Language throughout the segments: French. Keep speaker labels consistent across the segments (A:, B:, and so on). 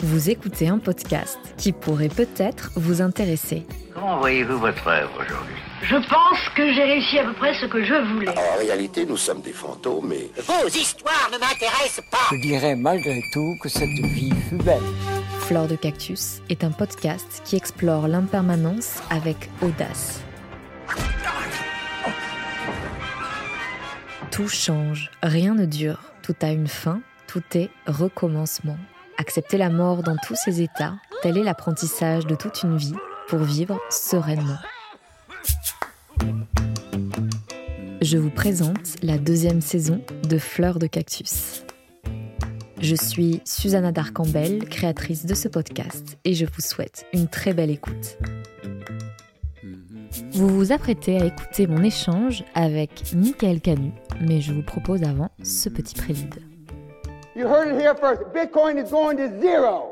A: Vous écoutez un podcast qui pourrait peut-être vous intéresser.
B: Comment voyez-vous votre œuvre aujourd'hui ?
C: Je pense que j'ai réussi à peu près ce que je voulais.
D: En réalité, nous sommes des fantômes, mais...
E: Vos histoires ne m'intéressent pas.
F: Je dirais malgré tout que cette vie fut belle.
A: Fleur de Cactus est un podcast qui explore l'impermanence avec audace. Tout change, rien ne dure, tout a une fin, tout est recommencement. Accepter la mort dans tous ses états, tel est l'apprentissage de toute une vie pour vivre sereinement. Je vous présente la 2e saison de Fleur de Cactus. Je suis Susanna Darcambel, créatrice de ce podcast, et je vous souhaite une très belle écoute. Vous vous apprêtez à écouter mon échange avec Michael Canu, mais je vous propose avant ce petit prélude.
G: You heard it here first. Bitcoin is going to zero.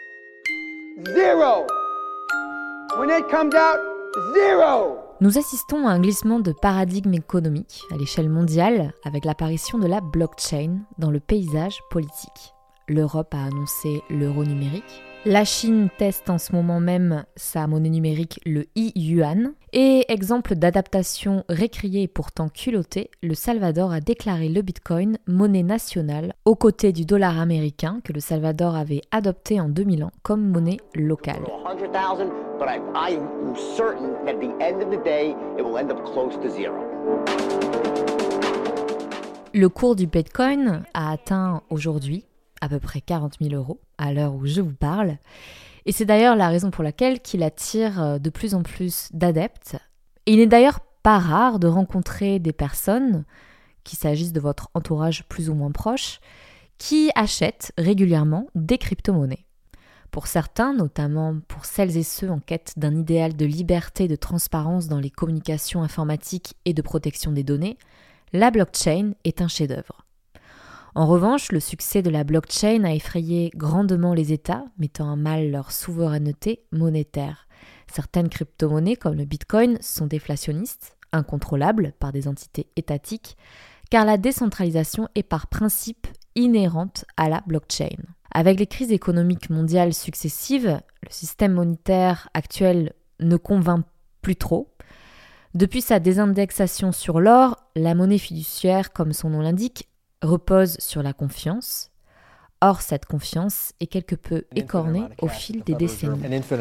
G: Zero. When it comes out, zero.
A: Nous assistons à un glissement de paradigme économique à l'échelle mondiale avec l'apparition de la blockchain dans le paysage politique. L'Europe a annoncé l'euro numérique. La Chine teste en ce moment même sa monnaie numérique, le e-yuan. Et exemple d'adaptation récriée et pourtant culottée, le Salvador a déclaré le bitcoin monnaie nationale aux côtés du dollar américain que le Salvador avait adopté en 2000 ans comme monnaie locale. Le cours du bitcoin a atteint aujourd'hui à peu près 40 000 € à l'heure où je vous parle. Et c'est d'ailleurs la raison pour laquelle il attire de plus en plus d'adeptes. Et il n'est d'ailleurs pas rare de rencontrer des personnes, qu'il s'agisse de votre entourage plus ou moins proche, qui achètent régulièrement des crypto-monnaies. Pour certains, notamment pour celles et ceux en quête d'un idéal de liberté et de transparence dans les communications informatiques et de protection des données, la blockchain est un chef-d'œuvre. En revanche, le succès de la blockchain a effrayé grandement les États, mettant à mal leur souveraineté monétaire. Certaines crypto-monnaies, comme le bitcoin, sont déflationnistes, incontrôlables par des entités étatiques, car la décentralisation est par principe inhérente à la blockchain. Avec les crises économiques mondiales successives, le système monétaire actuel ne convainc plus trop. Depuis sa désindexation sur l'or, la monnaie fiduciaire, comme son nom l'indique, repose sur la confiance. Or, cette confiance est quelque peu écornée au fil des décennies.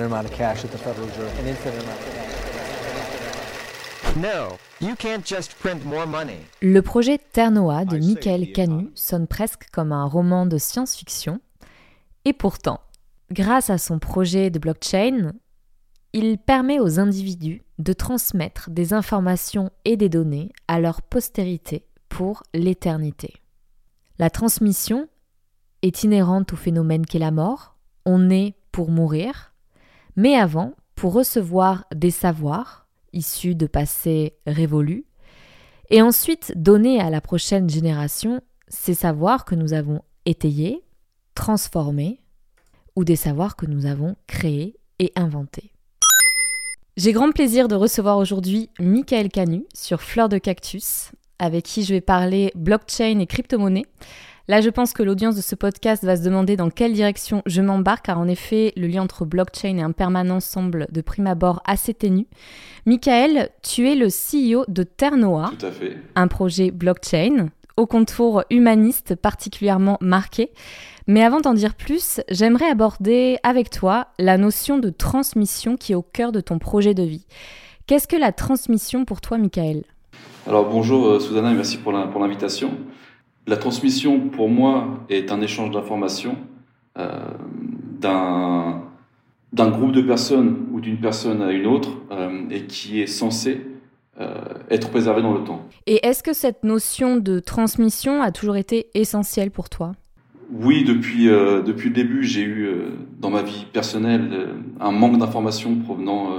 A: Le projet Terre Noire de Michael Canu sonne presque comme un roman de science-fiction. Et pourtant, grâce à son projet de blockchain, il permet aux individus de transmettre des informations et des données à leur postérité pour l'éternité. La transmission est inhérente au phénomène qu'est la mort. On naît pour mourir, mais avant, pour recevoir des savoirs issus de passés révolus, et ensuite donner à la prochaine génération ces savoirs que nous avons étayés, transformés, ou des savoirs que nous avons créés et inventés. J'ai grand plaisir de recevoir aujourd'hui Michael Canu sur Fleur de Cactus, avec qui je vais parler blockchain et crypto-monnaie. Là, je pense que l'audience de ce podcast va se demander dans quelle direction je m'embarque, car en effet, le lien entre blockchain et impermanence semble de prime abord assez ténu. Michael, tu es le CEO de Terre Noire,
H: tout à fait. Un
A: projet blockchain au contour humaniste particulièrement marqué. Mais avant d'en dire plus, j'aimerais aborder avec toi la notion de transmission qui est au cœur de ton projet de vie. Qu'est-ce que la transmission pour toi, Michael ?
H: Alors bonjour Susanna et merci pour l'invitation. La transmission pour moi est un échange d'informations d'un groupe de personnes ou d'une personne à une autre et qui est censé être préservé dans le temps.
A: Et est-ce que cette notion de transmission a toujours été essentielle pour toi ?
H: Oui, depuis le début, j'ai eu dans ma vie personnelle un manque d'informations provenant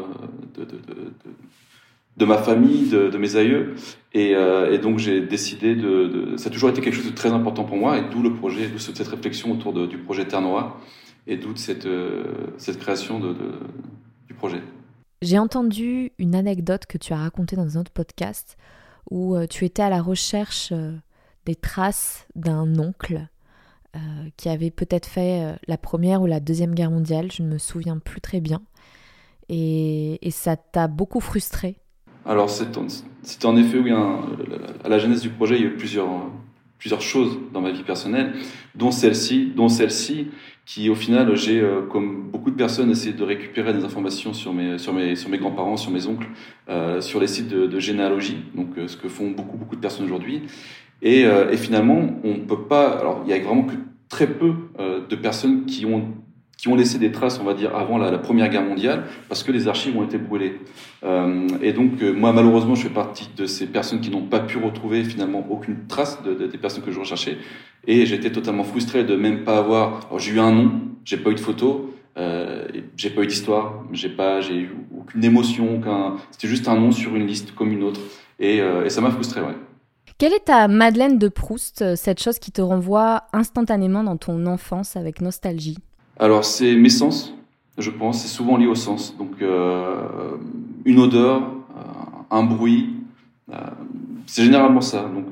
H: de ma famille, de mes aïeux, et donc j'ai décidé ça a toujours été quelque chose de très important pour moi, et d'où le projet, d'où cette réflexion autour du projet Terre Noire, et d'où cette création du projet.
A: J'ai entendu une anecdote que tu as racontée dans un autre podcast, où tu étais à la recherche des traces d'un oncle qui avait peut-être fait la Première ou la Deuxième Guerre mondiale, je ne me souviens plus très bien. Et ça t'a beaucoup frustré?
H: Alors c'était en effet, oui, à la genèse du projet, il y a eu plusieurs choses dans ma vie personnelle, dont celle-ci, qui au final, j'ai, comme beaucoup de personnes, essayé de récupérer des informations sur mes grands-parents, sur mes oncles, sur les sites de généalogie, donc ce que font beaucoup de personnes aujourd'hui. Et finalement, on peut pas. Alors, il y a vraiment que très peu de personnes qui ont laissé des traces, on va dire, avant la Première Guerre mondiale, parce que les archives ont été brûlées. Et donc, moi, malheureusement, je fais partie de ces personnes qui n'ont pas pu retrouver finalement aucune trace des personnes que je recherchais. Et j'étais totalement frustré de même pas avoir. Alors, j'ai eu un nom, j'ai pas eu de photo, j'ai pas eu d'histoire, j'ai eu aucune émotion, c'était juste un nom sur une liste comme une autre. Et ça m'a frustré, ouais.
A: Quelle est ta Madeleine de Proust, cette chose qui te renvoie instantanément dans ton enfance avec nostalgie?
H: Alors, c'est mes sens, je pense. C'est souvent lié au sens. Donc, une odeur, un bruit, c'est généralement ça. Donc,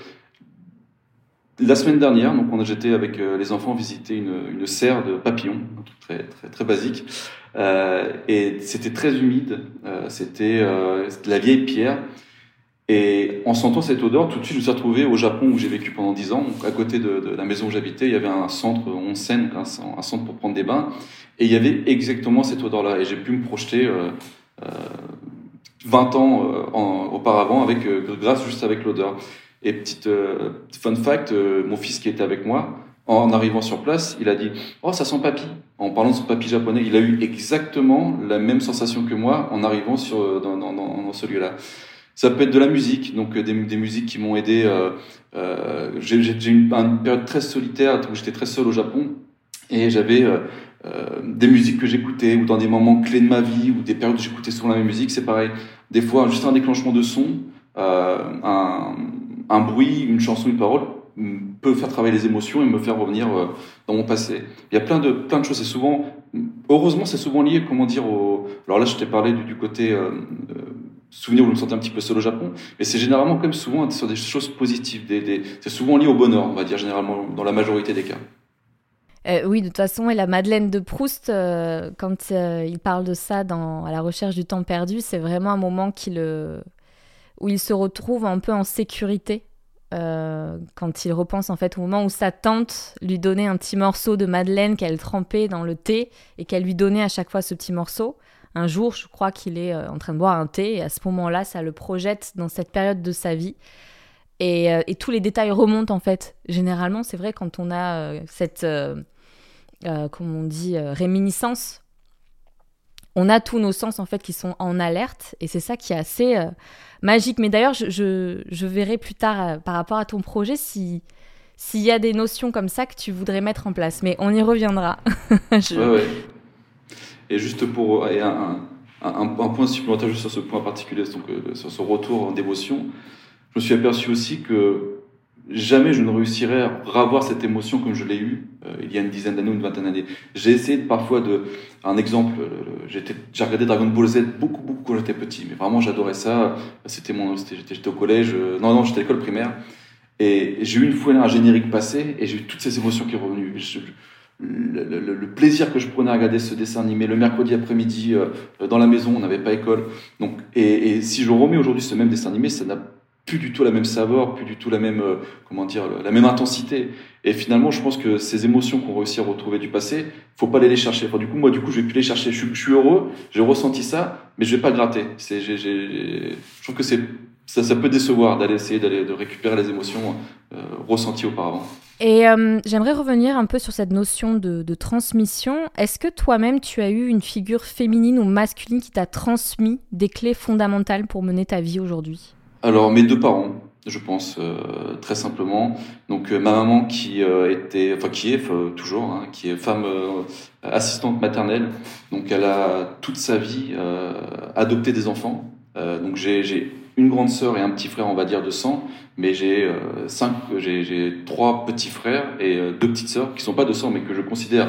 H: la semaine dernière, j'étais avec les enfants visiter une serre de papillons, un truc très, très, très basique. Et c'était très humide. C'était de la vieille pierre. Et en sentant cette odeur, tout de suite, je me suis retrouvé au Japon où j'ai vécu pendant 10 ans. Donc, à côté de la maison où j'habitais, il y avait un centre onsen, un centre pour prendre des bains. Et il y avait exactement cette odeur-là. Et j'ai pu me projeter 20 ans auparavant, grâce juste avec l'odeur. Et petite fun fact, mon fils qui était avec moi, en arrivant sur place, il a dit « Oh, ça sent papy !» En parlant de son papy japonais, il a eu exactement la même sensation que moi en arrivant dans ce lieu-là. Ça peut être de la musique, donc des musiques qui m'ont aidé. J'ai eu une période très solitaire où j'étais très seul au Japon et j'avais des musiques que j'écoutais ou dans des moments clés de ma vie ou des périodes où j'écoutais souvent la même musique. C'est pareil. Des fois, juste un déclenchement de son, un bruit, une chanson, une parole peut faire travailler les émotions et me faire revenir dans mon passé. Il y a plein de choses. Heureusement, c'est souvent lié, alors là, je t'ai parlé du côté souvenir où je me sentais un petit peu seul au Japon, mais c'est généralement quand même souvent sur des choses positives, c'est souvent lié au bonheur, on va dire généralement dans la majorité des cas.
A: Oui, de toute façon, et la Madeleine de Proust, quand il parle de ça à la recherche du temps perdu, c'est vraiment un moment où il se retrouve un peu en sécurité, quand il repense en fait au moment où sa tante lui donnait un petit morceau de madeleine qu'elle trempait dans le thé et qu'elle lui donnait à chaque fois ce petit morceau. Un jour, je crois qu'il est en train de boire un thé et à ce moment-là, ça le projette dans cette période de sa vie. Et tous les détails remontent en fait. Généralement, c'est vrai quand on a cette, comme on dit, réminiscence, on a tous nos sens en fait qui sont en alerte et c'est ça qui est assez magique. Mais d'ailleurs, je verrai plus tard par rapport à ton projet s'il y a des notions comme ça que tu voudrais mettre en place. Mais on y reviendra.
H: Ouais. Et juste pour un point supplémentaire juste sur ce point particulier, donc sur ce retour d'émotion, je me suis aperçu aussi que jamais je ne réussirais à revoir cette émotion comme je l'ai eue il y a une dizaine d'années ou une vingtaine d'années. J'ai essayé parfois un exemple, j'ai regardé Dragon Ball Z beaucoup quand j'étais petit, mais vraiment j'adorais ça. J'étais au collège, j'étais à l'école primaire, et j'ai eu une fois un générique passé et j'ai eu toutes ces émotions qui sont revenues. Le plaisir que je prenais à regarder ce dessin animé le mercredi après-midi dans la maison, on n'avait pas école. Donc, et si je remets aujourd'hui ce même dessin animé, ça n'a plus du tout la même saveur, plus du tout la même la même intensité. Et finalement, je pense que ces émotions qu'on réussit à retrouver du passé, faut pas aller les chercher. Enfin, du coup, je vais plus les chercher. Je suis heureux, j'ai ressenti ça, mais je vais pas gratter. Je trouve que ça peut décevoir de récupérer les émotions ressenties auparavant.
A: Et j'aimerais revenir un peu sur cette notion de transmission. Est-ce que toi-même, tu as eu une figure féminine ou masculine qui t'a transmis des clés fondamentales pour mener ta vie aujourd'hui ?
H: Alors, mes deux parents, je pense, très simplement. Donc, ma maman qui est toujours, qui est femme assistante maternelle. Donc, elle a toute sa vie adopté des enfants. Donc, j'ai une grande sœur et un petit frère, on va dire, de sang, mais j'ai 3 petits frères et 2 petites sœurs qui sont pas de sang, mais que je considère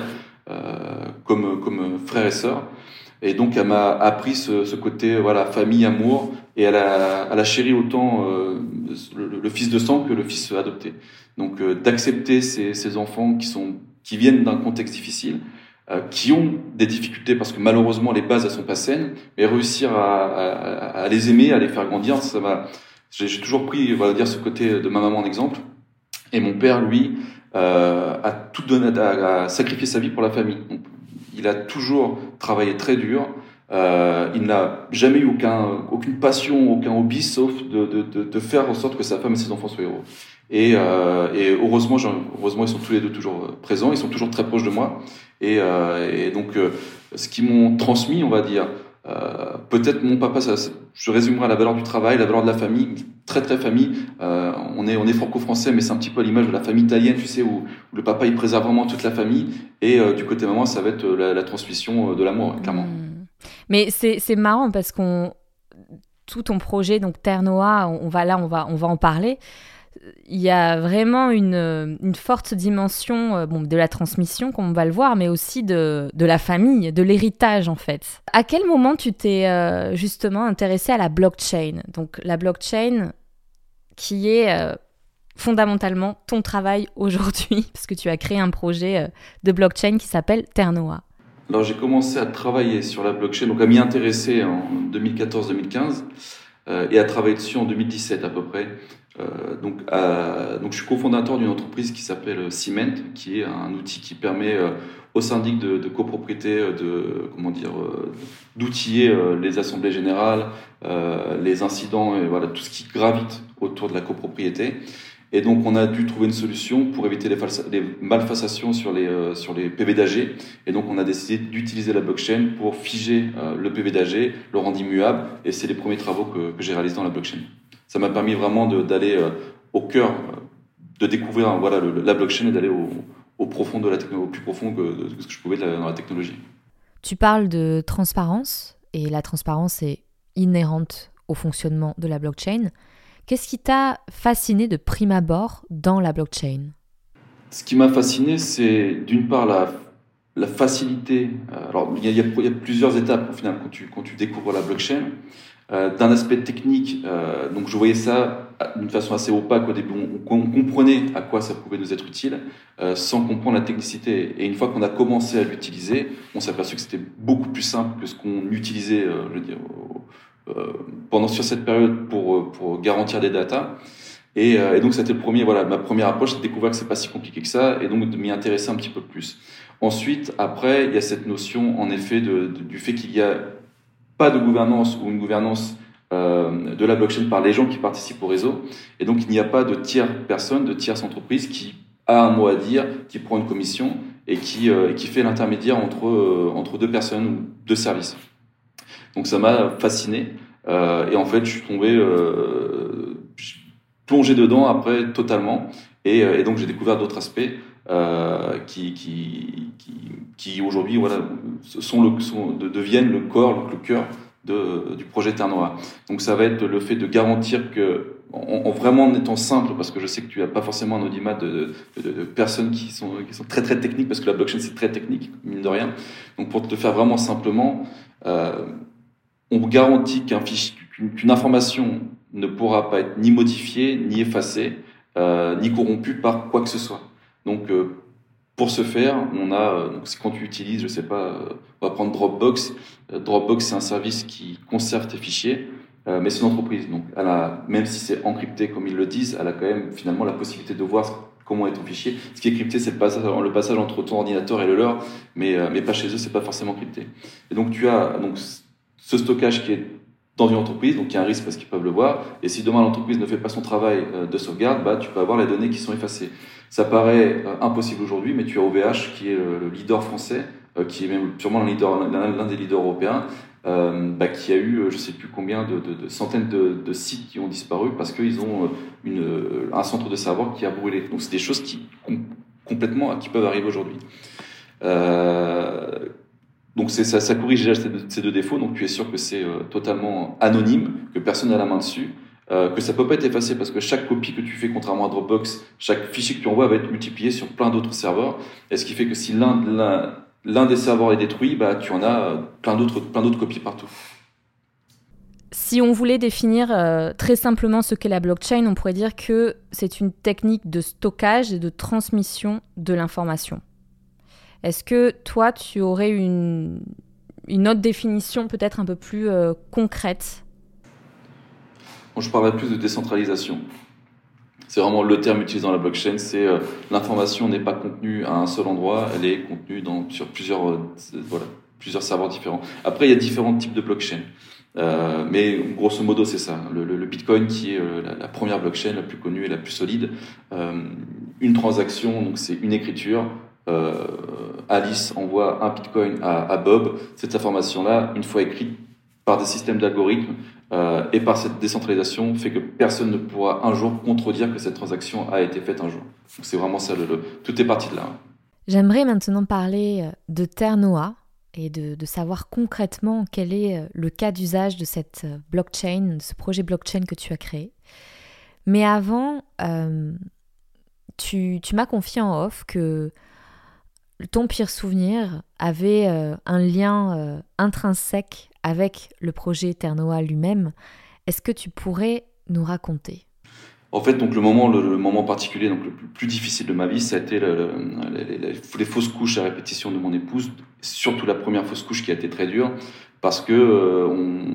H: comme frères et sœurs. Et donc, elle m'a appris ce côté, famille, amour, et elle a chéri autant le fils de sang que le fils adopté. Donc d'accepter ces enfants qui viennent d'un contexte difficile, qui ont des difficultés parce que malheureusement les bases elles sont pas saines, mais réussir à les aimer, à les faire grandir, j'ai toujours pris, on va dire, ce côté de ma maman en exemple. Et mon père, lui, a tout donné, a sacrifié sa vie pour la famille. Donc, il a toujours travaillé très dur. Il n'a jamais eu aucune passion, aucun hobby, sauf de faire en sorte que sa femme et ses enfants soient heureux. Et heureusement, ils sont tous les deux toujours présents. Ils sont toujours très proches de moi. Et donc, ce qu'ils m'ont transmis, on va dire, peut-être mon papa, je résumerai la valeur du travail, la valeur de la famille, très très famille. On est franco-français, mais c'est un petit peu à l'image de la famille italienne, tu sais, où le papa il préserve vraiment toute la famille, et du côté maman, ça va être la transmission de l'amour, clairement.
A: Mais c'est marrant parce tout ton projet, donc Terre Noire, on va en parler. Il y a vraiment une forte dimension de la transmission, comme on va le voir, mais aussi de la famille, de l'héritage en fait. À quel moment tu t'es justement intéressé à la blockchain ? Donc la blockchain qui est fondamentalement ton travail aujourd'hui, parce que tu as créé un projet de blockchain qui s'appelle Terre Noire.
H: Alors j'ai commencé à travailler sur la blockchain, donc à m'y intéresser en 2014-2015 et à travailler dessus en 2017 à peu près. Donc je suis cofondateur d'une entreprise qui s'appelle Cement, qui est un outil qui permet aux syndics de copropriété d'outiller les assemblées générales, les incidents et voilà tout ce qui gravite autour de la copropriété. Et donc on a dû trouver une solution pour éviter les malversations sur les PV d'AG. Et donc on a décidé d'utiliser la blockchain pour figer le PV d'AG, le rendre immuable. Et c'est les premiers travaux que j'ai réalisés dans la blockchain. Ça m'a permis vraiment d'aller au cœur, de découvrir la blockchain et d'aller au profond de la technologie, au plus profond de ce que je pouvais dans la technologie.
A: Tu parles de transparence, et la transparence est inhérente au fonctionnement de la blockchain. Qu'est-ce qui t'a fasciné de prime abord dans la blockchain ?
H: Ce qui m'a fasciné, c'est d'une part la facilité. Alors il y a plusieurs étapes au final quand tu découvres la blockchain. D'un aspect technique, donc je voyais ça d'une façon assez opaque au début. On comprenait à quoi ça pouvait nous être utile, sans comprendre la technicité. Et une fois qu'on a commencé à l'utiliser, on s'est aperçu que c'était beaucoup plus simple que ce qu'on utilisait, sur cette période pour garantir des datas. Et donc c'était ma première approche, c'est de découvrir que c'est pas si compliqué que ça, et donc de m'y intéresser un petit peu plus. Ensuite, après, il y a cette notion, en effet, du fait qu'il y a pas de gouvernance ou une gouvernance de la blockchain par les gens qui participent au réseau. Et donc, il n'y a pas de tierce personne, de tierce entreprise qui a un mot à dire, qui prend une commission et qui fait l'intermédiaire entre deux personnes ou deux services. Donc, ça m'a fasciné. Et en fait, je suis tombé plongé dedans après totalement. Et donc, j'ai découvert d'autres aspects qui aujourd'hui deviennent le corps, le cœur du projet Terre Noire. Donc ça va être le fait de garantir que, vraiment en étant simple, parce que je sais que tu n'as pas forcément un audimat de personnes qui sont très très techniques, parce que la blockchain c'est très technique, mine de rien. Donc pour te faire vraiment simplement, on garantit qu'une information ne pourra pas être ni modifiée, ni effacée, ni corrompue par quoi que ce soit. Donc, pour ce faire, c'est quand tu utilises, je sais pas, on va prendre Dropbox. Dropbox, c'est un service qui conserve tes fichiers, mais c'est une entreprise. Donc, même si c'est encrypté comme ils le disent, elle a quand même finalement la possibilité de voir comment est ton fichier. Ce qui est crypté, c'est le passage entre ton ordinateur et le leur, mais pas chez eux, c'est pas forcément crypté. Et donc, tu as ce stockage qui est dans une entreprise, donc il y a un risque parce qu'ils peuvent le voir, et si demain l'entreprise ne fait pas son travail de sauvegarde, tu peux avoir les données qui sont effacées. Ça paraît impossible aujourd'hui, mais tu as OVH qui est le leader français, qui est même sûrement l'un des leaders européens, qui a eu je sais plus combien de centaines de sites qui ont disparu parce qu'ils ont un centre de savoir qui a brûlé. Donc c'est des choses qui peuvent arriver aujourd'hui. Donc ça corrige déjà ces deux défauts, donc tu es sûr que c'est totalement anonyme, que personne n'a la main dessus, que ça peut pas être effacé parce que chaque copie que tu fais, contrairement à Dropbox, chaque fichier que tu envoies va être multiplié sur plein d'autres serveurs, et ce qui fait que si l'un des serveurs est détruit, tu en as plein d'autres copies partout.
A: Si on voulait définir très simplement ce qu'est la blockchain, on pourrait dire que c'est une technique de stockage et de transmission de l'information. Est-ce que toi, tu aurais une autre définition peut-être un peu plus concrète ?
H: Moi, je parlerais plus de décentralisation. C'est vraiment le terme utilisé dans la blockchain, c'est l'information n'est pas contenue à un seul endroit, elle est contenue sur plusieurs serveurs différents. Après, il y a différents types de blockchain. Mais grosso modo, c'est ça. Le Bitcoin qui est la première blockchain, la plus connue et la plus solide. Une transaction, donc c'est une écriture. Alice envoie un Bitcoin à Bob. Cette information-là, une fois écrite par des systèmes d'algorithmes et par cette décentralisation, fait que personne ne pourra un jour contredire que cette transaction a été faite un jour. Donc c'est vraiment ça, tout est parti de là.
A: J'aimerais maintenant parler de Terre-Noah et de savoir concrètement quel est le cas d'usage de cette blockchain, de ce projet blockchain que tu as créé. Mais avant, tu m'as confié en off que ton pire souvenir avait un lien intrinsèque avec le projet Terre-Noah lui-même. Est-ce que tu pourrais nous raconter ?
H: En fait, donc le moment particulier, donc le plus difficile de ma vie, ça a été les fausses couches à répétition de mon épouse, surtout la première fausse couche qui a été très dure, parce que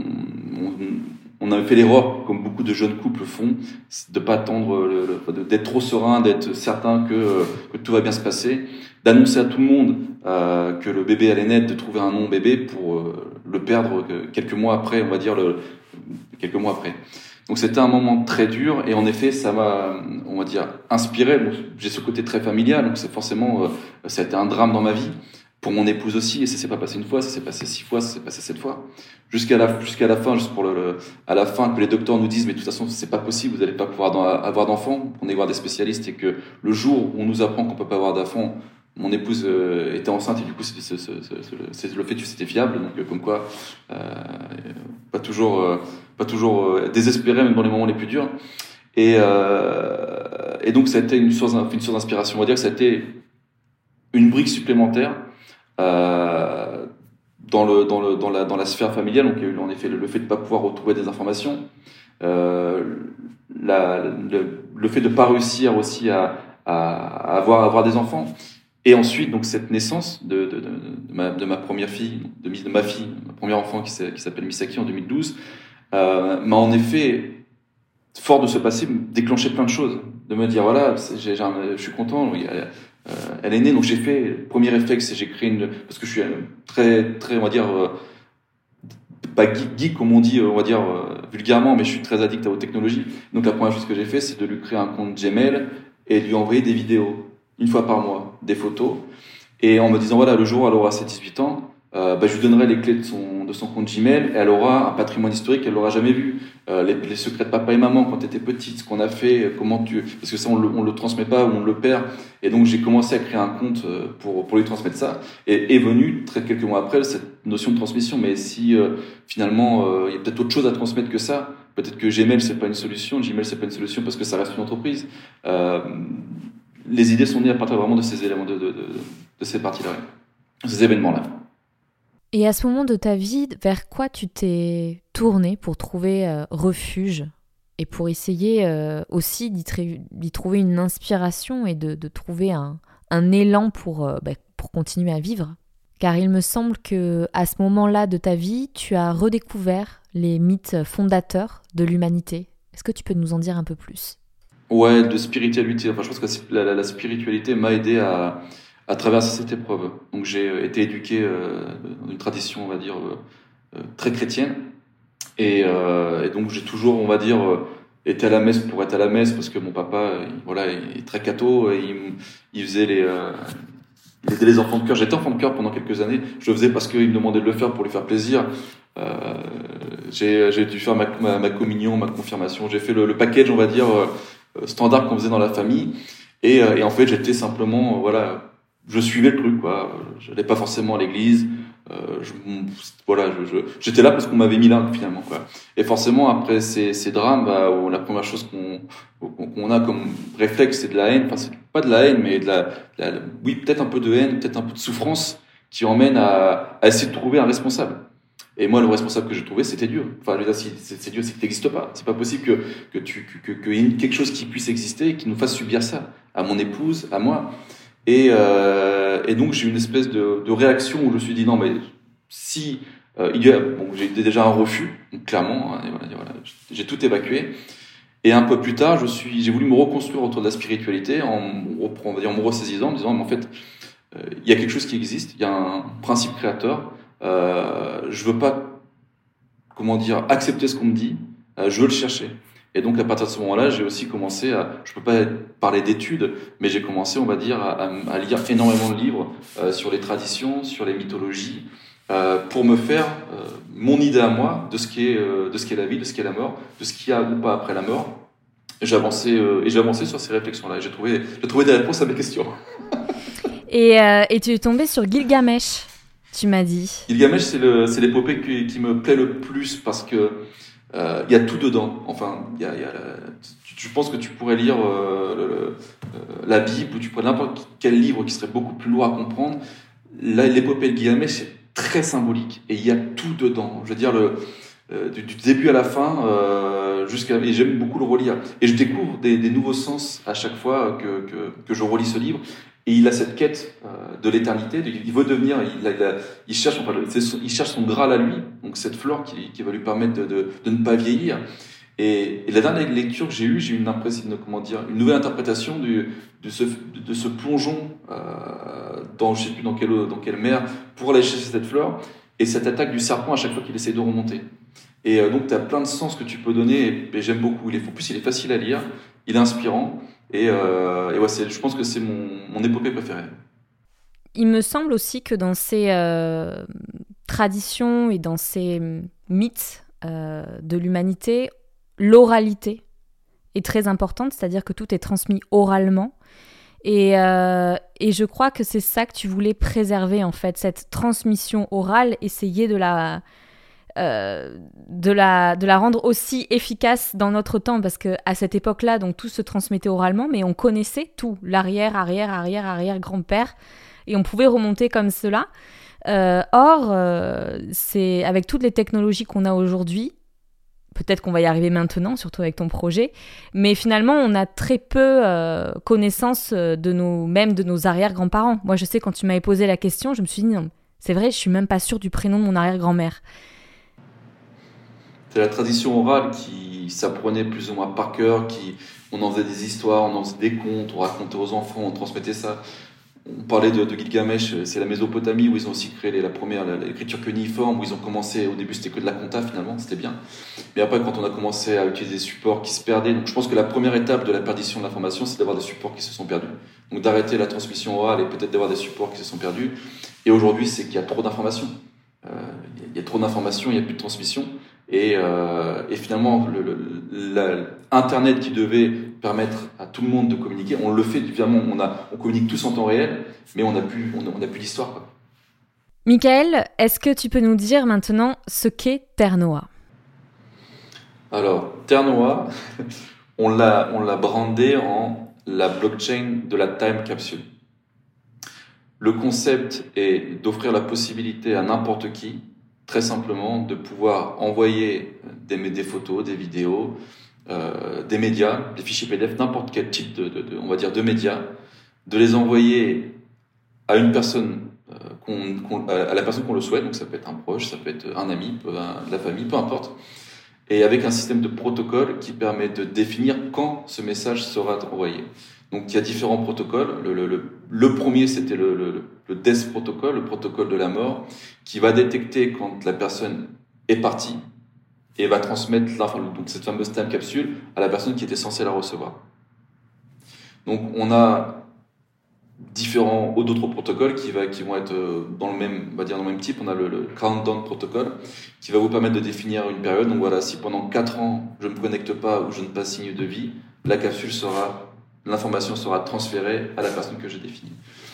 H: on avait fait l'erreur, comme beaucoup de jeunes couples font, de pas attendre, d'être trop serein, d'être certain que tout va bien se passer, d'annoncer à tout le monde que le bébé allait naître, de trouver un nom bébé pour le perdre quelques mois après, on va dire quelques mois après. Donc c'était un moment très dur et en effet ça m'a, on va dire, inspiré. Bon, j'ai ce côté très familial, donc c'est forcément, ça a été un drame dans ma vie. Pour mon épouse aussi, et ça s'est pas passé une fois, ça s'est passé 6 fois, ça s'est passé 7 fois. Jusqu'à la fin, juste pour à la fin, que les docteurs nous disent, mais de toute façon, c'est pas possible, vous allez pas pouvoir avoir d'enfants. On est voir des spécialistes et que le jour où on nous apprend qu'on peut pas avoir d'enfants, mon épouse était enceinte et du coup, le fœtus était fiable, donc comme quoi, pas toujours désespéré même dans les moments les plus durs. Et donc ça a été une source d'inspiration. On va dire que ça a été une brique supplémentaire dans la sphère familiale. Donc il y a eu en effet le fait de ne pas pouvoir retrouver des informations, le fait de ne pas réussir aussi à avoir des enfants. Et ensuite, donc cette naissance de ma première fille, de ma fille, ma première enfant qui s'appelle Misaki en 2012, m'a en effet, fort de ce passé, déclenché plein de choses. De me dire, voilà, je suis content, elle est née, donc j'ai fait, le premier réflexe, j'ai créé parce que je suis très, très, on va dire, pas geek comme on dit, on va dire, vulgairement, mais je suis très addict aux technologies. Donc la première chose que j'ai fait, c'est de lui créer un compte Gmail et de lui envoyer des vidéos, une fois par mois, des photos, et en me disant, voilà, le jour où elle aura ses 18 ans, je lui donnerai les clés de son compte Gmail et elle aura un patrimoine historique qu'elle n'aura jamais vu. Les secrets de papa et maman quand tu étais petite, ce qu'on a fait, parce que ça on le transmet pas ou on le perd. Et donc j'ai commencé à créer un compte pour lui transmettre ça. Et est venue quelques mois après cette notion de transmission. Mais si finalement il y a peut-être autre chose à transmettre que ça, peut-être que Gmail c'est pas une solution parce que ça reste une entreprise. Les idées sont nées à partir vraiment de ces éléments, de ces parties-là, de ces événements-là.
A: Et à ce moment de ta vie, vers quoi tu t'es tourné pour trouver refuge et pour essayer aussi d'y trouver une inspiration et de trouver un élan pour continuer à vivre ? Car il me semble qu'à ce moment-là de ta vie, tu as redécouvert les mythes fondateurs de l'humanité. Est-ce que tu peux nous en dire un peu plus ?
H: Ouais, de spiritualité. Enfin, je pense que la spiritualité m'a aidé à traverser cette épreuve. Donc j'ai été éduqué dans une tradition, on va dire, très chrétienne. Et donc j'ai toujours, on va dire, été à la messe pour être à la messe, parce que mon papa, il est très catho, et il faisait il aidait les enfants de cœur. J'étais enfant de cœur pendant quelques années. Je le faisais parce qu'il me demandait de le faire pour lui faire plaisir. J'ai dû faire ma communion, ma confirmation. J'ai fait le package, on va dire, standard qu'on faisait dans la famille. Et en fait, j'étais simplement, je suivais le truc, quoi. Je n'allais pas forcément à l'église. J'étais là parce qu'on m'avait mis là, finalement, quoi. Et forcément, après ces drames, la première chose qu'on a comme réflexe, c'est de la haine. Enfin, c'est pas de la haine, mais oui, peut-être un peu de haine, peut-être un peu de souffrance qui emmène à essayer de trouver un responsable. Et moi, le responsable que j'ai trouvé, c'était Dieu. Enfin, je veux dire, c'est Dieu, c'est que t'existes pas. C'est pas possible qu'il y ait quelque chose qui puisse exister et qui nous fasse subir ça. À mon épouse, à moi. Et donc, j'ai eu une espèce de réaction où je me suis dit, non, mais si j'ai déjà un refus, donc clairement, hein, voilà, j'ai tout évacué. Et un peu plus tard, j'ai voulu me reconstruire autour de la spiritualité en me ressaisissant, en me disant, mais en fait, il y a quelque chose qui existe, il y a un principe créateur. Je veux pas, accepter ce qu'on me dit. Je veux le chercher. Et donc, à partir de ce moment-là, j'ai aussi commencé je peux pas parler d'études, mais j'ai commencé, on va dire, à lire énormément de livres sur les traditions, sur les mythologies, pour me faire mon idée à moi de ce qu'est la vie, de ce qu'est la mort, de ce qu'il y a ou pas après la mort. Et j'ai avancé sur ces réflexions-là. J'ai trouvé des réponses à mes questions.
A: Et tu es tombé sur Gilgamesh, tu m'as dit.
H: Gilgamesh, c'est l'épopée qui me plaît le plus parce que il y a tout dedans. Enfin, je pense que tu pourrais lire la Bible ou tu pourrais n'importe quel livre qui serait beaucoup plus lourd à comprendre. Là, l'épopée de Gilgamesh, c'est très symbolique et il y a tout dedans. Je veux dire, du début à la fin, et j'aime beaucoup le relire. Et je découvre des nouveaux sens à chaque fois que je relis ce livre. Et il a cette quête de l'éternité. Il veut devenir, il cherche son Graal à lui, donc cette fleur qui va lui permettre de ne pas vieillir. Et la dernière lecture que j'ai eu une nouvelle interprétation de ce plongeon dans je sais plus dans quelle mer pour aller chercher cette fleur et cette attaque du serpent à chaque fois qu'il essaie de remonter. Et donc tu as plein de sens que tu peux donner et j'aime beaucoup. En plus il est facile à lire, il est inspirant et ouais, je pense que c'est mon épopée préférée.
A: Il me semble aussi que dans ces traditions et dans ces mythes de l'humanité, l'oralité est très importante, c'est-à-dire que tout est transmis oralement. Et je crois que c'est ça que tu voulais préserver, en fait, cette transmission orale, essayer de la rendre aussi efficace dans notre temps, parce qu'à cette époque-là, donc, tout se transmettait oralement, mais on connaissait tout, l'arrière-grand-père, et on pouvait remonter comme cela. C'est avec toutes les technologies qu'on a aujourd'hui, peut-être qu'on va y arriver maintenant, surtout avec ton projet, mais finalement, on a très peu connaissance de nos arrière-grands-parents. Moi, je sais, quand tu m'avais posé la question, je me suis dit, non, c'est vrai, je suis même pas sûre du prénom de mon arrière-grand-mère.
H: C'est la tradition orale qui s'apprenait plus ou moins par cœur, on en faisait des histoires, on en faisait des contes, on racontait aux enfants, on transmettait ça. On parlait de Gilgamesh, c'est la Mésopotamie où ils ont aussi créé l'écriture cunéiforme, où ils ont commencé, au début c'était que de la compta finalement, c'était bien. Mais après quand on a commencé à utiliser des supports qui se perdaient, donc je pense que la première étape de la perdition de l'information, c'est d'avoir des supports qui se sont perdus. Donc d'arrêter la transmission orale et peut-être d'avoir des supports qui se sont perdus. Et aujourd'hui c'est qu'il y a trop d'informations. Il y a trop d'informations, il n'y a plus de transmission. Et finalement, Internet qui devait permettre à tout le monde de communiquer, on le fait, évidemment, on communique tous en temps réel, mais on n'a plus d'histoire, quoi.
A: Michael, est-ce que tu peux nous dire maintenant ce qu'est Terre-Noah ?
H: Alors, Terre-Noah, on l'a brandé en la blockchain de la time capsule. Le concept est d'offrir la possibilité à n'importe qui, très simplement, de pouvoir envoyer des photos, des vidéos, des médias, des fichiers PDF, n'importe quel type de médias, de les envoyer à une personne, à la personne qu'on le souhaite, donc ça peut être un proche, ça peut être un ami, de la famille, peu importe, et avec un système de protocole qui permet de définir quand ce message sera envoyé. Donc il y a différents protocoles. Le premier, c'était le Death Protocol, le protocole de la mort, qui va détecter quand la personne est partie et va transmettre donc cette fameuse time capsule à la personne qui était censée la recevoir. Donc on a d'autres protocoles qui vont être dans le même type. On a le Countdown Protocol qui va vous permettre de définir une période. Donc voilà, si pendant 4 ans je ne me connecte pas ou je ne passe signe de vie, l'information sera transférée à la personne que j'ai définie.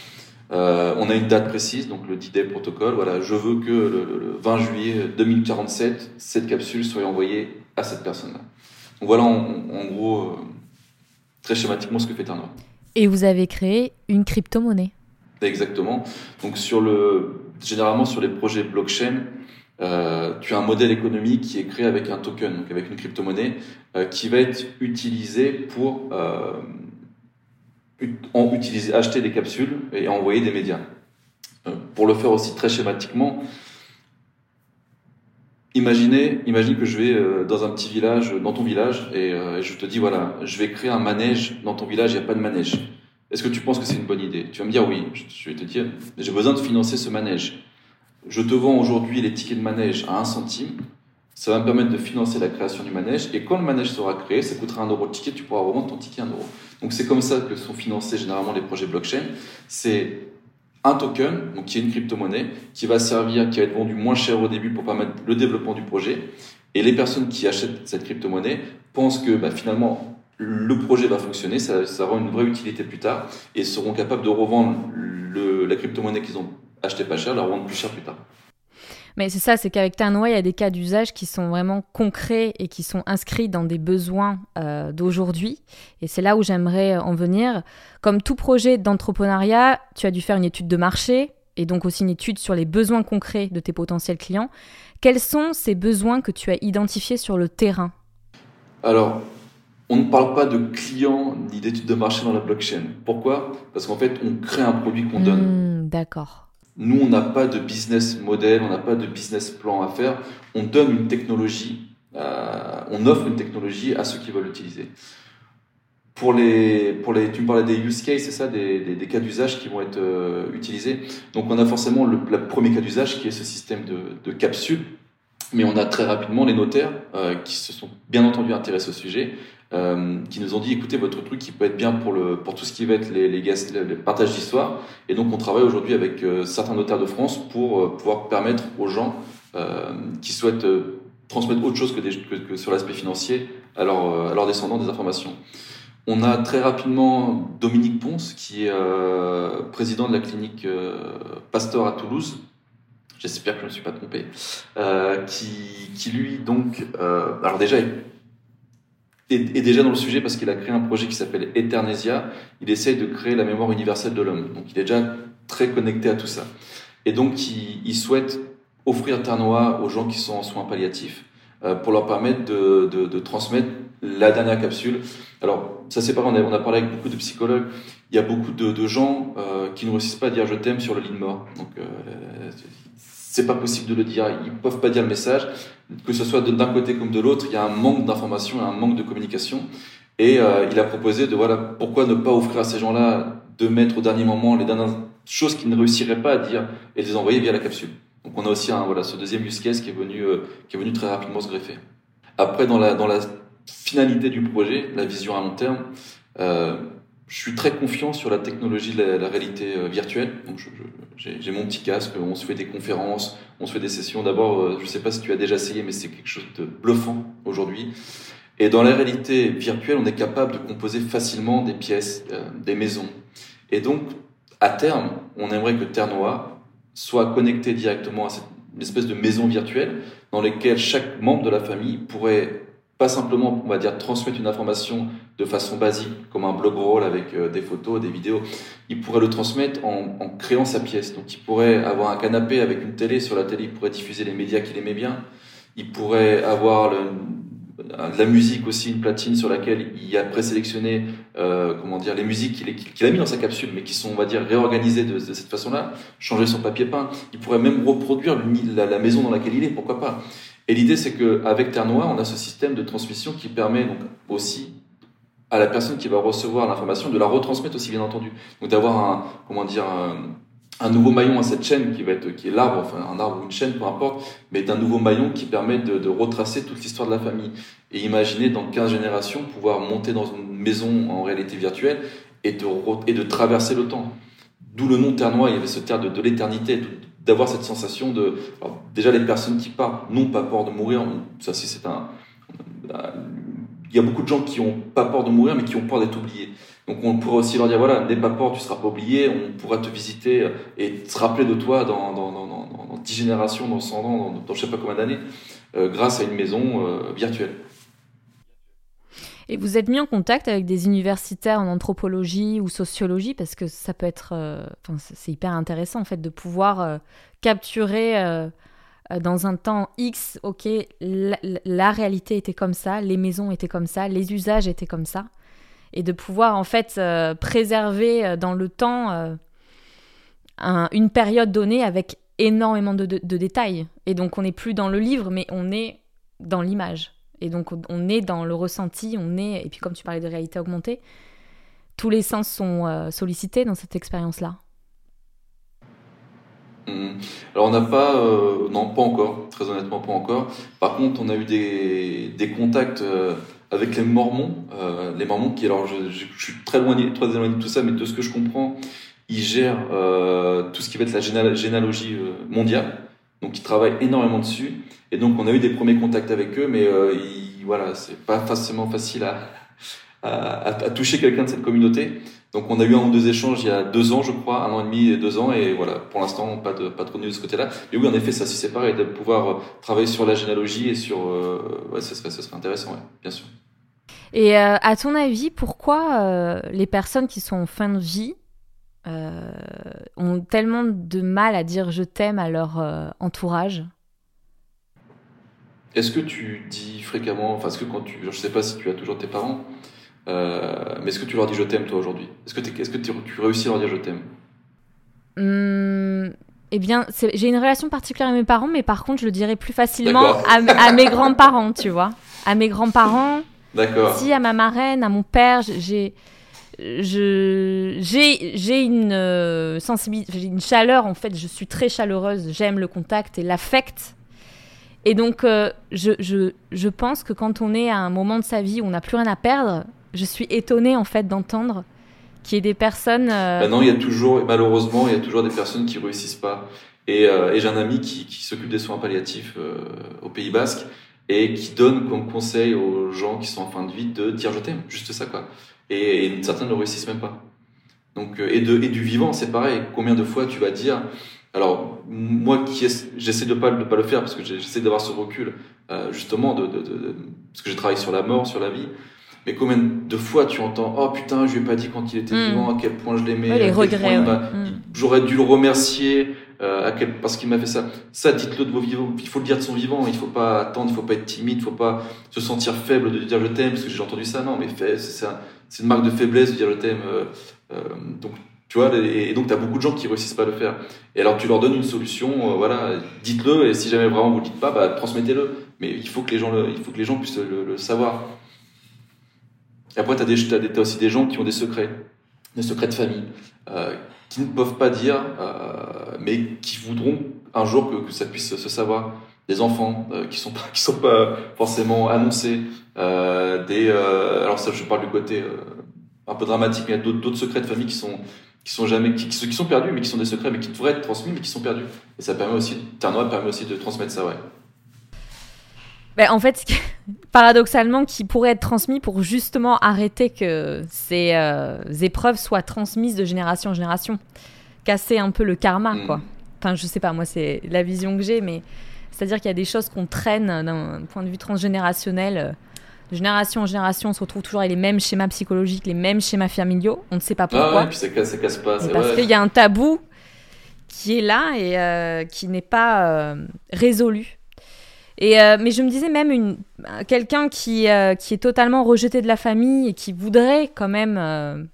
H: On a une date précise, donc le D-Day protocole. Voilà, je veux que le 20 juillet 2047, cette capsule soit envoyée à cette personne-là. Donc voilà, en gros, très schématiquement, ce que fait Terre-Noah.
A: Et vous avez créé une crypto-monnaie.
H: Exactement. Donc généralement sur les projets blockchain, tu as un modèle économique qui est créé avec un token, donc avec une crypto-monnaie, qui va être utilisé pour acheter des capsules et envoyer des médias. Pour le faire aussi très schématiquement, imagine que je vais dans un petit village, dans ton village, et je te dis, voilà, je vais créer un manège dans ton village, il n'y a pas de manège. Est-ce que tu penses que c'est une bonne idée ? Tu vas me dire oui. Je vais te dire, j'ai besoin de financer ce manège. Je te vends aujourd'hui les tickets de manège à 1 centime. Ça va me permettre de financer la création du manège. Et quand le manège sera créé, ça coûtera 1 euro le ticket, tu pourras revendre ton ticket à 1 euro. Donc c'est comme ça que sont financés généralement les projets blockchain. C'est un token, donc qui est une crypto-monnaie, qui va être vendu moins cher au début pour permettre le développement du projet. Et les personnes qui achètent cette crypto-monnaie pensent que finalement le projet va fonctionner, ça aura une vraie utilité plus tard, et seront capables de revendre la crypto-monnaie qu'ils ont acheté pas cher, la revendre plus cher plus tard.
A: Mais c'est ça, c'est qu'avec Ternois, il y a des cas d'usage qui sont vraiment concrets et qui sont inscrits dans des besoins d'aujourd'hui. Et c'est là où j'aimerais en venir. Comme tout projet d'entrepreneuriat, tu as dû faire une étude de marché et donc aussi une étude sur les besoins concrets de tes potentiels clients. Quels sont ces besoins que tu as identifiés sur le terrain ?
H: Alors, on ne parle pas de clients ni d'études de marché dans la blockchain. Pourquoi ? Parce qu'en fait, on crée un produit qu'on donne.
A: D'accord.
H: Nous, on n'a pas de business model, on n'a pas de business plan à faire. On donne une technologie, on offre une technologie à ceux qui veulent l'utiliser. Tu me parlais des use cases, c'est ça, des cas d'usage qui vont être utilisés. Donc, on a forcément le premier cas d'usage qui est ce système de capsules. Mais on a très rapidement les notaires qui se sont bien entendu intéressés au sujet, qui nous ont dit écoutez, votre truc qui peut être bien pour tout ce qui va être les partages d'histoire. Et donc on travaille aujourd'hui avec certains notaires de France pour pouvoir permettre aux gens qui souhaitent transmettre autre chose que sur l'aspect financier à leurs descendants des informations. On a très rapidement Dominique Ponce qui est président de la clinique Pasteur à Toulouse. J'espère que je ne me suis pas trompé, qui lui donc, alors déjà est déjà dans le sujet parce qu'il a créé un projet qui s'appelle Eternesia. Il essaye de créer la mémoire universelle de l'homme, donc il est déjà très connecté à tout ça. Et donc il souhaite offrir Ternois aux gens qui sont en soins palliatifs pour leur permettre de transmettre la dernière capsule. Alors ça c'est pareil, on a parlé avec beaucoup de psychologues. Il y a beaucoup de gens qui ne réussissent pas à dire je t'aime sur le lit de mort. Donc c'est pas possible de le dire, ils peuvent pas dire le message, que ce soit d'un côté comme de l'autre, il y a un manque d'information, un manque de communication, et il a proposé pourquoi ne pas offrir à ces gens-là de mettre au dernier moment les dernières choses qu'ils ne réussiraient pas à dire et de les envoyer via la capsule. Donc on a aussi ce deuxième use case qui est venu très rapidement se greffer. Après dans la finalité du projet, la vision à long terme, je suis très confiant sur la technologie de la réalité virtuelle. Donc j'ai mon petit casque, on se fait des conférences, on se fait des sessions. D'abord, je ne sais pas si tu as déjà essayé, mais c'est quelque chose de bluffant aujourd'hui. Et dans la réalité virtuelle, on est capable de composer facilement des pièces, des maisons. Et donc, à terme, on aimerait que Ternois soit connecté directement à cette espèce de maison virtuelle dans laquelle chaque membre de la famille pourrait pas simplement, on va dire, transmettre une information de façon basique, comme un blog roll avec des photos, des vidéos. Il pourrait le transmettre en créant sa pièce. Donc, il pourrait avoir un canapé avec une télé. Sur la télé, il pourrait diffuser les médias qu'il aimait bien. Il pourrait avoir de la musique aussi, une platine sur laquelle il a présélectionné les musiques qu'il a mis dans sa capsule, mais qui sont, on va dire, réorganisées de cette façon-là, changer son papier peint. Il pourrait même reproduire la maison dans laquelle il est, pourquoi pas. Et l'idée, c'est qu'avec Ternois, on a ce système de transmission qui permet donc aussi à la personne qui va recevoir l'information de la retransmettre aussi, bien entendu. Donc d'avoir un nouveau maillon à cette chaîne qui est l'arbre, enfin un arbre ou une chaîne, peu importe, mais d'un nouveau maillon qui permet de retracer toute l'histoire de la famille. Et imaginer dans 15 générations pouvoir monter dans une maison en réalité virtuelle et de traverser le temps. D'où le nom Ternois, il y avait ce terre de l'éternité, d'avoir cette sensation de... Alors, déjà, les personnes qui partent n'ont pas peur de mourir. Ça, il y a beaucoup de gens qui n'ont pas peur de mourir, mais qui ont peur d'être oubliés. Donc, on pourrait aussi leur dire, voilà, n'aie pas peur, tu ne seras pas oublié, on pourra te visiter et se rappeler de toi dans 10 générations, dans 100 ans, dans je ne sais pas combien d'années, grâce à une maison virtuelle.
A: Et vous êtes mis en contact avec des universitaires en anthropologie ou sociologie parce que ça peut être, c'est hyper intéressant en fait de pouvoir capturer dans un temps X, ok, la réalité était comme ça, les maisons étaient comme ça, les usages étaient comme ça, et de pouvoir en fait préserver dans le temps une période donnée avec énormément de détails. Et donc on n'est plus dans le livre, mais on est dans l'image. Et donc on est dans le ressenti, et puis comme tu parlais de réalité augmentée, tous les sens sont sollicités dans cette expérience-là.
H: Alors on n'a pas, non pas encore, très honnêtement pas encore. Par contre on a eu des contacts avec les Mormons qui, alors je suis très éloigné de tout ça, mais de ce que je comprends, ils gèrent tout ce qui va être la généalogie mondiale, donc ils travaillent énormément dessus, et donc on a eu des premiers contacts avec eux, mais voilà, c'est pas forcément facile à toucher quelqu'un de cette communauté. Donc on a eu 1 ou 2 échanges il y a 2 ans, je crois, 1 an et demi et 2 ans, et voilà, pour l'instant pas trop de news de ce côté-là. Mais oui, en effet, ça c'est pareil, de pouvoir travailler sur la généalogie et sur, ce serait intéressant, ouais, bien sûr.
A: Et à ton avis, pourquoi les personnes qui sont en fin de vie ont tellement de mal à dire je t'aime à leur entourage?
H: Est-ce que tu dis fréquemment, enfin, je sais pas si tu as toujours tes parents, mais est-ce que tu leur dis je t'aime toi aujourd'hui? Est-ce que tu réussis à leur dire je t'aime?
A: Eh bien, j'ai une relation particulière avec mes parents, mais par contre, je le dirais plus facilement à mes grands-parents, tu vois. À mes grands-parents,
H: d'accord.
A: Si à ma marraine, à mon père, j'ai une sensibilité, j'ai une chaleur, en fait, je suis très chaleureuse, j'aime le contact et l'affect. Et donc, je pense que quand on est à un moment de sa vie où on n'a plus rien à perdre, je suis étonnée, en fait, d'entendre qu'il y ait des personnes...
H: Non, malheureusement, il y a toujours des personnes qui réussissent pas. Et j'ai un ami qui s'occupe des soins palliatifs au Pays Basque et qui donne comme conseil aux gens qui sont en fin de vie de dire je t'aime, juste ça, quoi. Et certains ne réussissent même pas. Donc, et du vivant, c'est pareil. Combien de fois tu vas dire... Alors, moi, j'essaie de pas le faire parce que j'essaie d'avoir ce recul, justement, parce que j'ai travaillé sur la mort, sur la vie. Mais combien de fois tu entends « Oh putain, je lui ai pas dit quand il était vivant à quel point je l'aimais,
A: les regrets,
H: j'aurais dû le remercier parce qu'il m'a fait ça. » Ça, dites-le de vos vivants. Il faut le dire de son vivant. Il faut pas attendre, il faut pas être timide, il faut pas se sentir faible de dire « Je t'aime » parce que j'ai entendu ça. Non, mais c'est une marque de faiblesse de dire « Je t'aime ». Donc, tu vois, et donc tu as beaucoup de gens qui réussissent pas à le faire. Et alors tu leur donnes une solution, voilà, dites-le, et si jamais vraiment vous le dites pas, transmettez-le. Mais il faut que les gens puissent le savoir. Et après, t'as aussi des gens qui ont des secrets de famille, qui ne peuvent pas dire, mais qui voudront un jour que ça puisse se savoir. Des enfants qui sont pas forcément annoncés, alors ça, je parle du côté un peu dramatique, mais il y a d'autres secrets de famille qui sont perdus, mais qui sont des secrets, mais qui devraient être transmis, mais qui sont perdus. Et ça permet aussi, Terre-Noire permet aussi de transmettre ça, ouais.
A: Ben, en fait, paradoxalement, qui pourrait être transmis pour justement arrêter que ces épreuves soient transmises de génération en génération. Casser un peu le karma, quoi. Enfin, je sais pas, moi, c'est la vision que j'ai, mais c'est-à-dire qu'il y a des choses qu'on traîne d'un point de vue transgénérationnel. De génération en génération, on se retrouve toujours avec les mêmes schémas psychologiques, les mêmes schémas familiaux. On ne sait pas pourquoi.
H: Ah ouais, puis ça casse pas. C'est
A: parce qu'il y a un tabou qui est là et qui n'est pas résolu. Mais je me disais même quelqu'un qui est totalement rejeté de la famille et qui voudrait quand même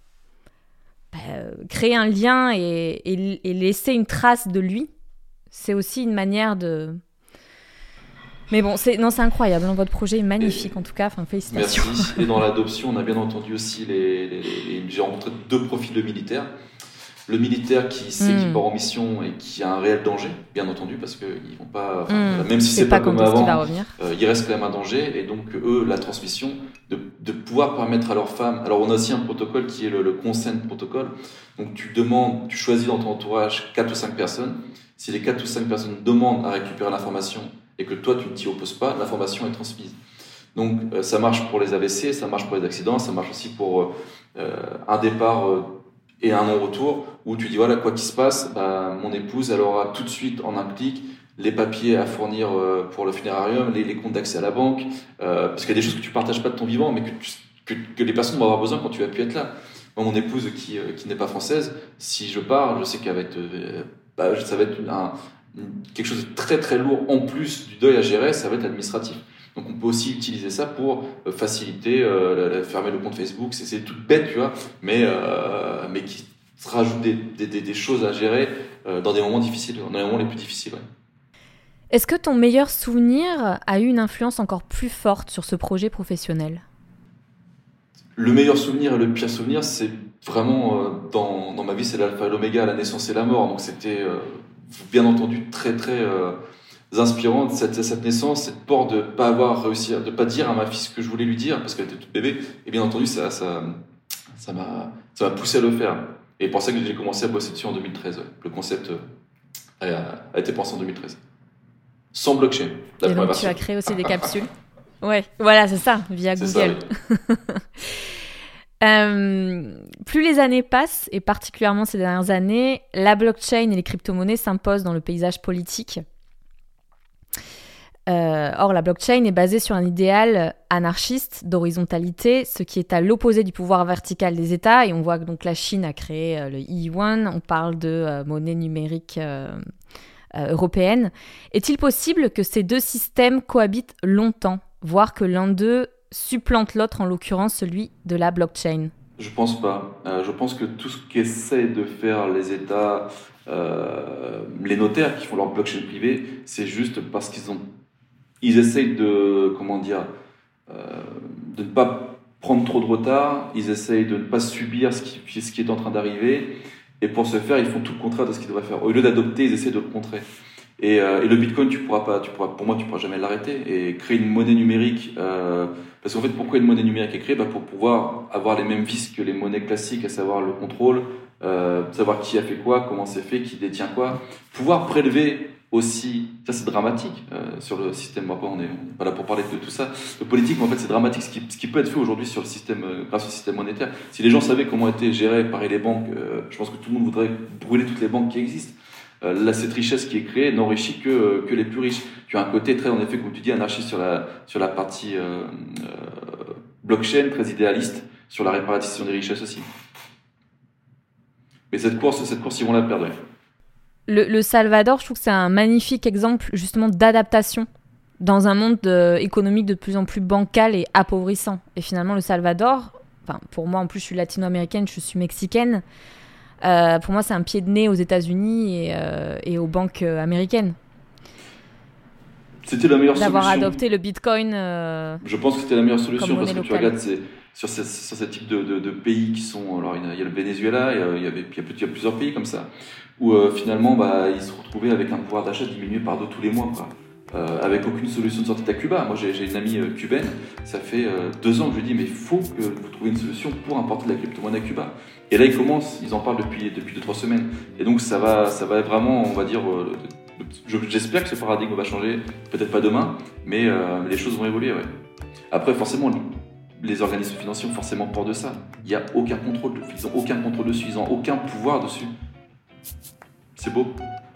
A: créer un lien et laisser une trace de lui, c'est aussi une manière de... Mais bon, c'est incroyable, votre projet est magnifique en tout cas, félicitations.
H: Merci. Et dans l'adoption, on a bien entendu aussi j'ai rencontré 2 profils de militaires. Le militaire qui sait qu'il part en mission et qui a un réel danger, bien entendu, parce qu'ils vont pas, même si c'est pas comme avant, il reste quand même un danger. Et donc eux, la transmission, de pouvoir permettre à leurs femmes. Alors on a aussi un protocole qui est le consent protocole. Donc tu choisis dans ton entourage 4 ou 5 personnes. Si les 4 ou 5 personnes demandent à récupérer l'information et que toi tu ne t'y opposes pas, l'information est transmise. Donc ça marche pour les AVC, ça marche pour les accidents, ça marche aussi pour un départ et un non-retour, où tu dis voilà, quoi qu'il se passe, mon épouse elle aura tout de suite en un clic les papiers à fournir pour le funérarium, les comptes d'accès à la banque, parce qu'il y a des choses que tu partages pas de ton vivant, mais que les personnes vont avoir besoin quand tu vas plus être là. Moi, mon épouse qui n'est pas française, si je pars, je sais qu'elle va être ça va être quelque chose de très très lourd en plus du deuil à gérer, ça va être administratif. Donc on peut aussi utiliser ça pour faciliter, fermer le compte Facebook, c'est tout bête, tu vois, mais qui rajoute des choses à gérer dans des moments difficiles, dans les moments les plus difficiles. Ouais.
A: Est-ce que ton meilleur souvenir a eu une influence encore plus forte sur ce projet professionnel ?
H: Le meilleur souvenir et le pire souvenir, c'est vraiment dans ma vie, c'est l'alpha et l'oméga, la naissance et la mort. Donc c'était bien entendu très très inspirant cette naissance, cette peur de pas avoir réussi, de pas dire à ma fille ce que je voulais lui dire parce qu'elle était toute bébé. Et bien entendu, ça m'a poussé à le faire. Et pour ça que j'ai commencé à bosser dessus en 2013. Ouais. Le concept a été pensé en 2013. Sans blockchain.
A: Et donc tu as créé aussi des capsules. Ouais, voilà, c'est ça, via Google. Ça, oui. Plus les années passent, et particulièrement ces dernières années, la blockchain et les crypto-monnaies s'imposent dans le paysage politique. Or, la blockchain est basée sur un idéal anarchiste d'horizontalité, ce qui est à l'opposé du pouvoir vertical des États. Et on voit que donc la Chine a créé le e-yuan. On parle de monnaie numérique européenne. Est-il possible que ces deux systèmes cohabitent longtemps, voire que l'un d'eux supplante l'autre, en l'occurrence celui de la blockchain ?
H: Je pense pas. Je pense que tout ce qu'essaient de faire les États, les notaires qui font leur blockchain privée, c'est juste parce qu'ils essayent de, de ne pas prendre trop de retard, ils essayent de ne pas subir ce qui est en train d'arriver, et pour ce faire, ils font tout le contraire de ce qu'ils devraient faire. Au lieu d'adopter, ils essaient de le contrer. Et le Bitcoin, pour moi, tu pourras jamais l'arrêter. Et créer une monnaie numérique, parce qu'en fait, pourquoi une monnaie numérique est créée ? Pour pouvoir avoir les mêmes vices que les monnaies classiques, à savoir le contrôle, savoir qui a fait quoi, comment c'est fait, qui détient quoi, pouvoir prélever aussi, ça c'est dramatique sur le système. On est pas là pour parler de tout ça. Le politique, mais en fait, c'est dramatique ce qui peut être fait aujourd'hui sur le système, grâce au système monétaire. Si les gens savaient comment étaient gérées par les banques, je pense que tout le monde voudrait brûler toutes les banques qui existent. Là, cette richesse qui est créée n'enrichit que les plus riches. Tu as un côté très, en effet, comme tu dis, anarchiste sur la partie blockchain, très idéaliste sur la répartition des richesses aussi. Mais cette course, ils vont la perdre.
A: Le Salvador, je trouve que c'est un magnifique exemple justement d'adaptation dans un monde économique de plus en plus bancal et appauvrissant. Et finalement, le Salvador, pour moi, en plus, je suis latino-américaine, je suis mexicaine. Pour moi, c'est un pied de nez aux États-Unis et aux banques américaines.
H: C'était la meilleure solution.
A: D'avoir adopté le Bitcoin.
H: Je pense que c'était la meilleure solution parce que
A: locale.
H: tu regardes sur ce type de pays qui sont. Alors, il y a le Venezuela, il y a plusieurs pays comme ça, où finalement, ils se retrouvaient avec un pouvoir d'achat diminué par 2 tous les mois, quoi. Avec aucune solution de sortie. À Cuba, moi j'ai une amie cubaine, ça fait 2 ans que je lui dis mais il faut que vous trouviez une solution pour importer de la crypto-monnaie à Cuba. Et là ils en parlent depuis 2-3 semaines. Et donc ça va vraiment, on va dire, j'espère que ce paradigme va changer, peut-être pas demain, mais les choses vont évoluer. Ouais. Après forcément, les organismes financiers ont forcément peur de ça. Il n'y a aucun contrôle, ils n'ont aucun contrôle dessus, ils n'ont aucun pouvoir dessus. C'est beau.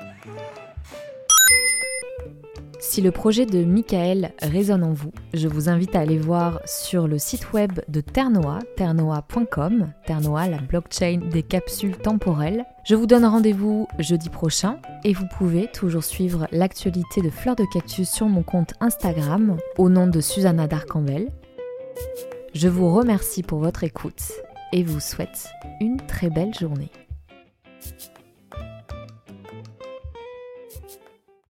A: Si le projet de Michael résonne en vous, je vous invite à aller voir sur le site web de Ternoa, ternoa.com, Ternoa, la blockchain des capsules temporelles. Je vous donne rendez-vous jeudi prochain et vous pouvez toujours suivre l'actualité de Fleur de Cactus sur mon compte Instagram au nom de Susanna Darcanvel. Je vous remercie pour votre écoute et vous souhaite une très belle journée.